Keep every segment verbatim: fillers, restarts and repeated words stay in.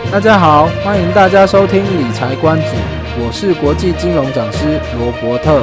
大家好，欢迎大家收听理财观止，我是国际金融讲师罗伯特。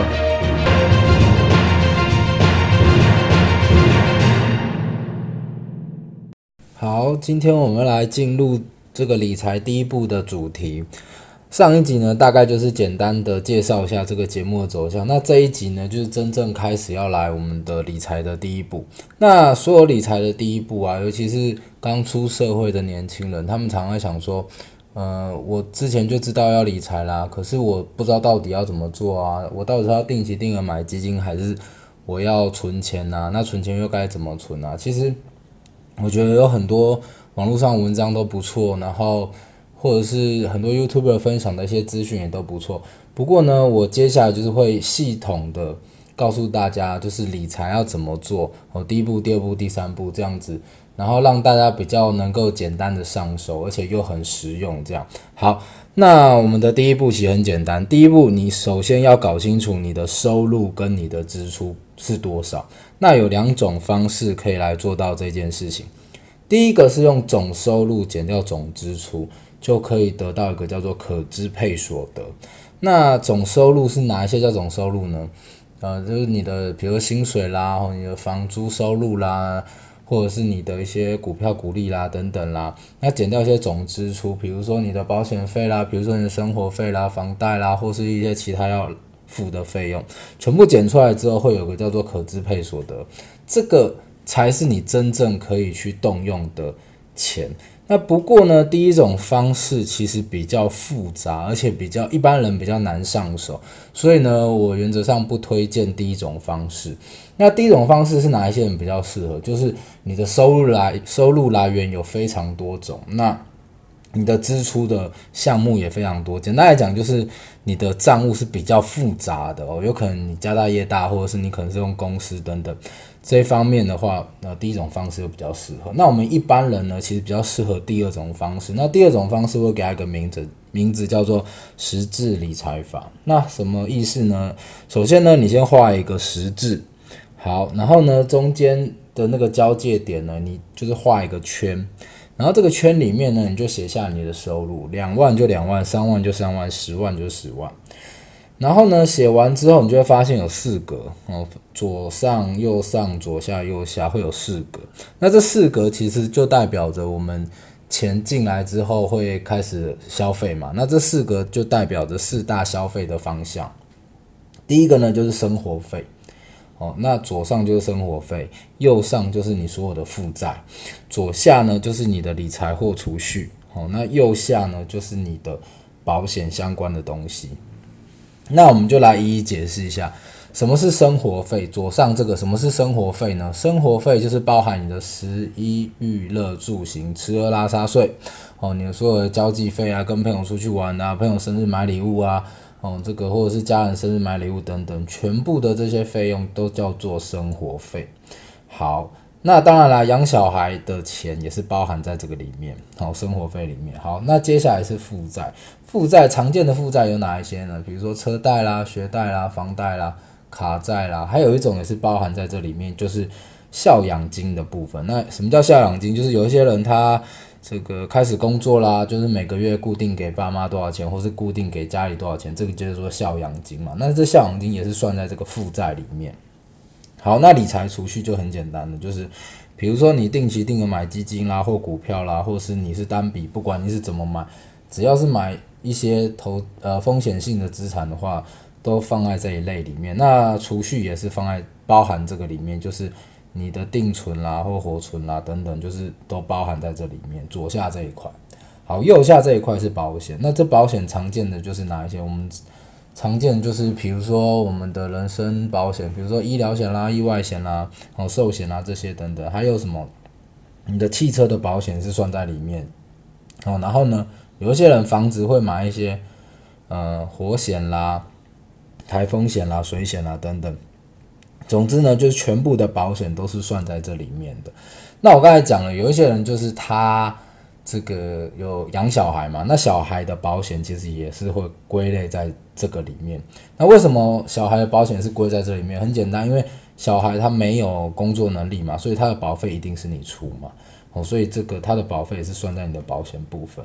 好，今天我们来进入这个理财第一步的主题。上一集呢，大概就是简单的介绍一下这个节目的走向。那这一集呢，就是真正开始要来我们的理财的第一步。那所有理财的第一步啊，尤其是刚出社会的年轻人，他们常常想说，呃，我之前就知道要理财啦，可是我不知道到底要怎么做啊？我到底是要定期定额买基金，还是我要存钱啊？那存钱又该怎么存啊？其实我觉得有很多网络上文章都不错，然后或者是很多 YouTuber 分享的一些资讯也都不错。不过呢，我接下来就是会系统的告诉大家，就是理财要怎么做，哦，第一步、第二步、第三步这样子，然后让大家比较能够简单的上手，而且又很实用。这样好，那我们的第一步其实很简单。第一步，你首先要搞清楚你的收入跟你的支出是多少。那有两种方式可以来做到这件事情。第一个是用总收入减掉总支出，就可以得到一个叫做可支配所得。那总收入是哪一些叫总收入呢？呃，就是你的比如说薪水啦，你的房租收入啦，或者是你的一些股票股利啦等等啦。那减掉一些总支出，比如说你的保险费啦，比如说你的生活费啦、房贷啦，或是一些其他要付的费用，全部减出来之后，会有个叫做可支配所得，这个才是你真正可以去动用的钱。那不过呢，第一种方式其实比较复杂，而且比较一般人比较难上手，所以呢，我原则上不推荐第一种方式。那第一种方式是哪一些人比较适合？就是你的收入来收入来源有非常多种，那你的支出的项目也非常多。简单来讲，就是你的账务是比较复杂的哦，有可能你家大业大，或者是你可能是用公司等等。这一方面的话，呃，第一种方式就比较适合。那我们一般人呢，其实比较适合第二种方式。那第二种方式会给它一个名字，名字叫做十字理财法。那什么意思呢？首先呢，你先画一个十字，好，然后呢，中间的那个交界点呢，你就是画一个圈。然后这个圈里面呢，你就写下你的收入，两万就两万，三万就三万，十万就十万。然后呢，写完之后，你就会发现有四格哦，左上、右上、左下、右下会有四格。那这四格其实就代表着我们钱进来之后会开始消费嘛。那这四格就代表着四大消费的方向。第一个呢就是生活费。哦，那左上就是生活费，右上就是你所有的负债，左下呢就是你的理财或储蓄，哦，那右下呢就是你的保险相关的东西。那我们就来一一解释一下，什么是生活费？左上这个什么是生活费呢？生活费就是包含你的食衣娱乐住行、吃喝拉撒睡，哦，你的所有的交际费啊，跟朋友出去玩啊，朋友生日买礼物啊，哦，这个或者是家人生日买礼物等等，全部的这些费用都叫做生活费。好，那当然啦，养小孩的钱也是包含在这个里面，好，生活费里面。好，那接下来是负债，负债常见的负债有哪一些呢？比如说车贷啦、学贷啦、房贷啦、卡债啦，还有一种也是包含在这里面，就是孝养金的部分。那什么叫孝养金？就是有一些人他这个开始工作啦，就是每个月固定给爸妈多少钱，或是固定给家里多少钱，这个就是说孝养金嘛。那这孝养金也是算在这个负债里面。好，那理财储蓄就很简单了，就是比如说你定期定额买基金啦，或股票啦，或是你是单笔，不管你是怎么买，只要是买一些投呃风险性的资产的话，都放在这一类里面。那储蓄也是放在包含这个里面，就是你的定存啦或活存啦等等，就是都包含在这里面。左下这一块，好，右下这一块是保险。那这保险常见的就是哪一些？我们常见就是比如说我们的人身保险，比如说医疗险啦、意外险啦、哦寿险啦这些等等，还有什么？你的汽车的保险是算在里面。哦，然后呢，有一些人房子会买一些呃火险啦、台风险啦、水险啦等等。总之呢，就是全部的保险都是算在这里面的。那我刚才讲了，有一些人就是他这个有养小孩嘛，那小孩的保险其实也是会归类在这个里面。那为什么小孩的保险是归在这里面？很简单，因为小孩他没有工作能力嘛，所以他的保费一定是你出嘛。哦，所以这个他的保费也是算在你的保险部分。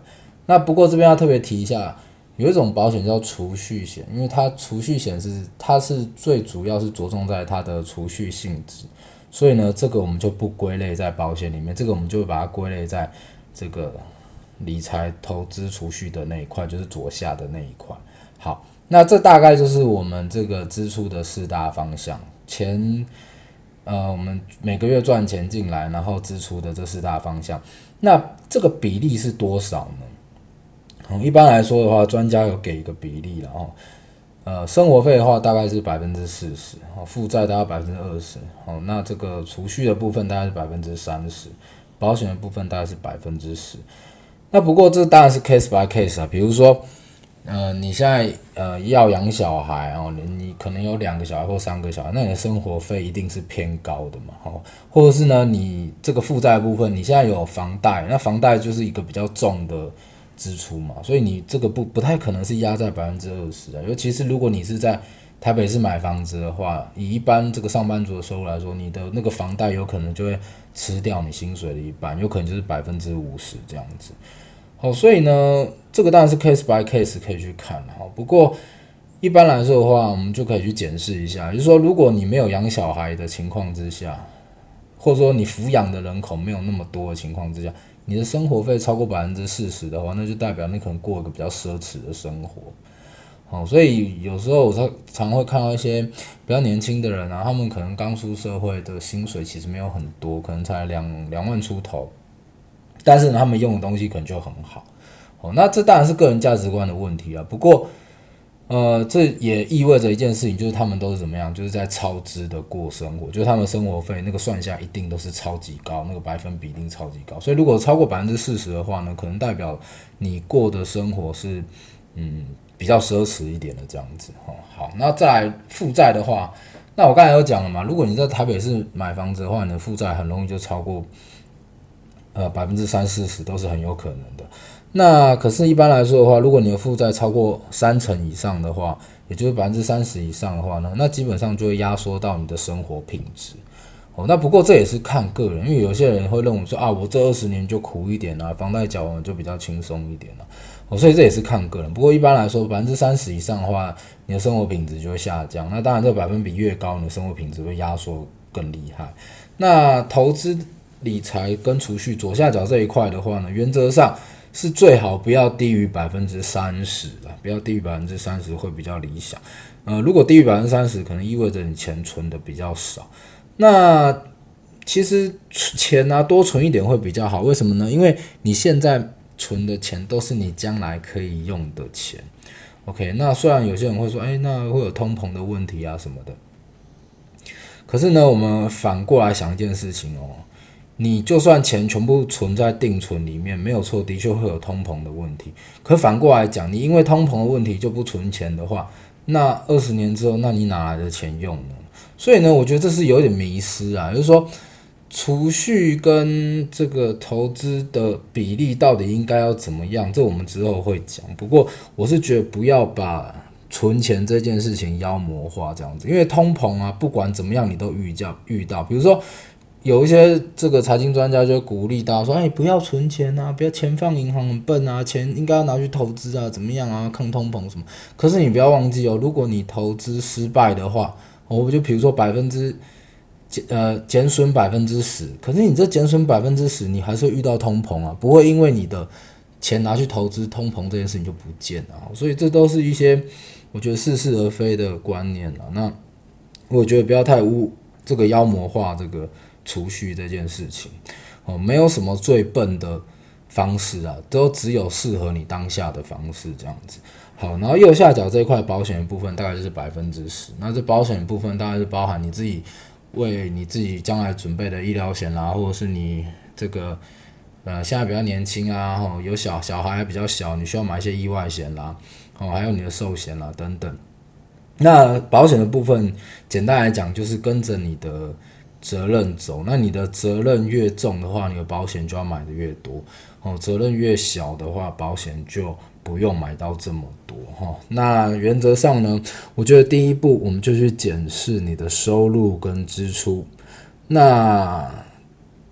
那不过这边要特别提一下，有一种保险叫储蓄险，因为它储蓄险是它是最主要是着重在它的储蓄性质，所以呢，这个我们就不归类在保险里面，这个我们就把它归类在这个理财投资储蓄的那一块，就是左下的那一块。好，那这大概就是我们这个支出的四大方向，钱呃我们每个月赚钱进来，然后支出的这四大方向。那这个比例是多少呢？一般来说的话，专家有给一个比例了哦。呃，生活费的话大概是百分之四十，负债大概百分之二十，哦，那这个储蓄的部分大概是百分之三十，保险的部分大概是百分之十。那不过这当然是 case by case 啊，比如说，呃，你现在呃要养小孩哦，你你可能有两个小孩或三个小孩，那你的生活费一定是偏高的嘛，哦，或者是呢，你这个负债的部分，你现在有房贷，那房贷就是一个比较重的支出嘛，所以你这个不不太可能是压在百分之二十啊。尤其是如果你是在台北市买房子的话，以一般这个上班族的收入来说，你的那个房贷有可能就会吃掉你薪水的一半，有可能就是百分之五十这样子。好，所以呢，这个当然是 case by case 可以去看哈。不过一般来说的话，我们就可以去检视一下，就是说，如果你没有养小孩的情况之下，或者说你抚养的人口没有那么多的情况之下，你的生活费超过百分之四十的话，那就代表你可能过一个比较奢侈的生活。哦，所以有时候我常常会看到一些比较年轻的人啊，他们可能刚出社会的薪水其实没有很多，可能才两两万出头，但是呢，他们用的东西可能就很好。哦，那这当然是个人价值观的问题啊。不过，呃，这也意味着一件事情，就是他们都是怎么样，就是在超支的过生活，就是他们生活费那个算下一定都是超级高，那个百分比一定超级高。所以如果超过百分之四十的话呢，可能代表你过的生活是嗯比较奢侈一点的这样子。哦，好，那再来负债的话，那我刚才有讲了嘛，如果你在台北市买房子的话，你的负债很容易就超过呃百分之三四十都是很有可能的。那可是，一般来说的话，如果你的负债超过三成以上的话，也就是百分之三十以上的话呢，那基本上就会压缩到你的生活品质。哦，那不过这也是看个人，因为有些人会认为说啊，我这二十年就苦一点啊，房贷缴完就比较轻松一点了。哦，所以这也是看个人。不过一般来说，百分之三十以上的话，你的生活品质就会下降。那当然，这个百分比越高，你的生活品质会压缩更厉害。那投资理财跟储蓄左下角这一块的话呢，原则上是最好不要低于百分之三十啦，不要低于百分之三十会比较理想。呃，如果低于百分之三十，可能意味着你钱存的比较少。那其实钱啊多存一点会比较好，为什么呢？因为你现在存的钱都是你将来可以用的钱。OK， 那虽然有些人会说，哎，那会有通膨的问题啊什么的，可是呢，我们反过来想一件事情哦。你就算钱全部存在定存里面，没有错，的确会有通膨的问题。可反过来讲，你因为通膨的问题就不存钱的话，那二十年之后，那你哪来的钱用呢？所以呢，我觉得这是有点迷失啊，就是说，储蓄跟这个投资的比例到底应该要怎么样？这我们之后会讲。不过我是觉得不要把存钱这件事情妖魔化这样子，因为通膨啊，不管怎么样你都遇到遇到，比如说。有一些这个财经专家就鼓励大家说：“哎，不要存钱啊，不要钱放银行很笨啊，钱应该要拿去投资啊，怎么样啊，抗通膨什么。”可是你不要忘记哦，如果你投资失败的话，我就比如说百分之呃减损百分之十，可是你这减损百分之十，你还是会遇到通膨啊，不会因为你的钱拿去投资，通膨这件事情就不见了。所以这都是一些我觉得似是而非的观念了。那我觉得不要太污这个妖魔化这个。储蓄这件事情，哦，没有什么最笨的方式啊，都只有适合你当下的方式这样子。好，然后右下角这一块保险的部分大概就是百分之十，那这保险的部分大概是包含你自己为你自己将来准备的医疗险啦，或者是你这个呃现在比较年轻啊，哦有小小孩还比较小，你需要买一些意外险啦，哦还有你的寿险啦等等。那保险的部分，简单来讲就是跟着你的。责任走，那你的责任越重的话，你的保险就要买的越多哦。责任越小的话，保险就不用买到这么多哈。那原则上呢，我觉得第一步我们就去检视你的收入跟支出。那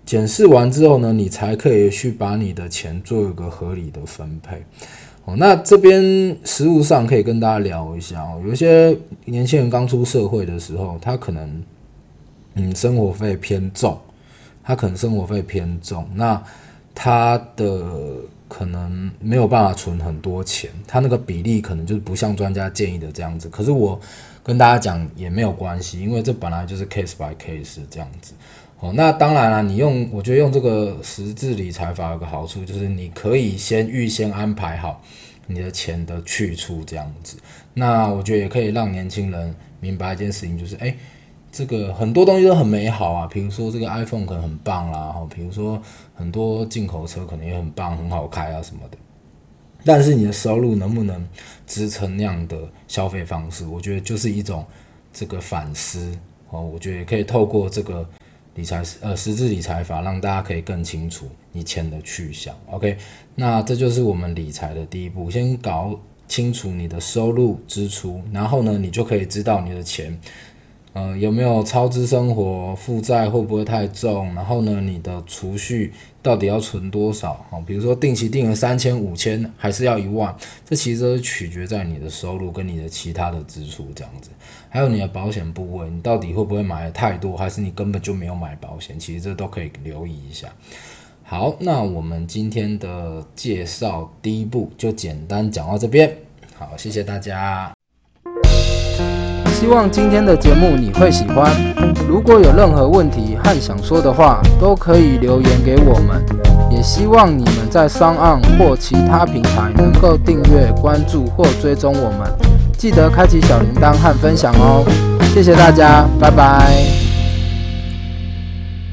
检视完之后呢，你才可以去把你的钱做一个合理的分配。哦，那这边实务上可以跟大家聊一下哦，有一些年轻人刚出社会的时候，他可能嗯生活费偏重，他可能生活费偏重，那他的可能没有办法存很多钱，他那个比例可能就是不像专家建议的这样子。可是我跟大家讲也没有关系，因为这本来就是 case by case 这样子。哦，那当然啦，你用我觉得用这个十字理财法有个好处，就是你可以先预先安排好你的钱的去处这样子。那我觉得也可以让年轻人明白一件事情，就是哎，这个很多东西都很美好啊，比如说这个 iPhone 可能很棒啦，比如说很多进口车可能也很棒，很好开啊什么的。但是你的收入能不能支撑那样的消费方式，我觉得就是一种这个反思哦。我觉得也可以透过这个理财呃实质理财法，让大家可以更清楚你钱的去向。OK， 那这就是我们理财的第一步，先搞清楚你的收入支出，然后呢，你就可以知道你的钱呃有没有超支生活，负债会不会太重，然后呢，你的储蓄到底要存多少？哦，比如说定期定额三千、五千，还是要一万？这其实都是取决在你的收入跟你的其他的支出这样子。还有你的保险部位，你到底会不会买的太多，还是你根本就没有买保险？其实这都可以留意一下。好，那我们今天的介绍第一步就简单讲到这边。好，谢谢大家。 希望今天的节目你会喜欢。如果有任何问题和想说的话，都可以留言给我们。也希望你们在SoundOn或其他平台能够订阅、关注或追踪我们。记得开启小铃铛和分享哦。谢谢大家，拜拜。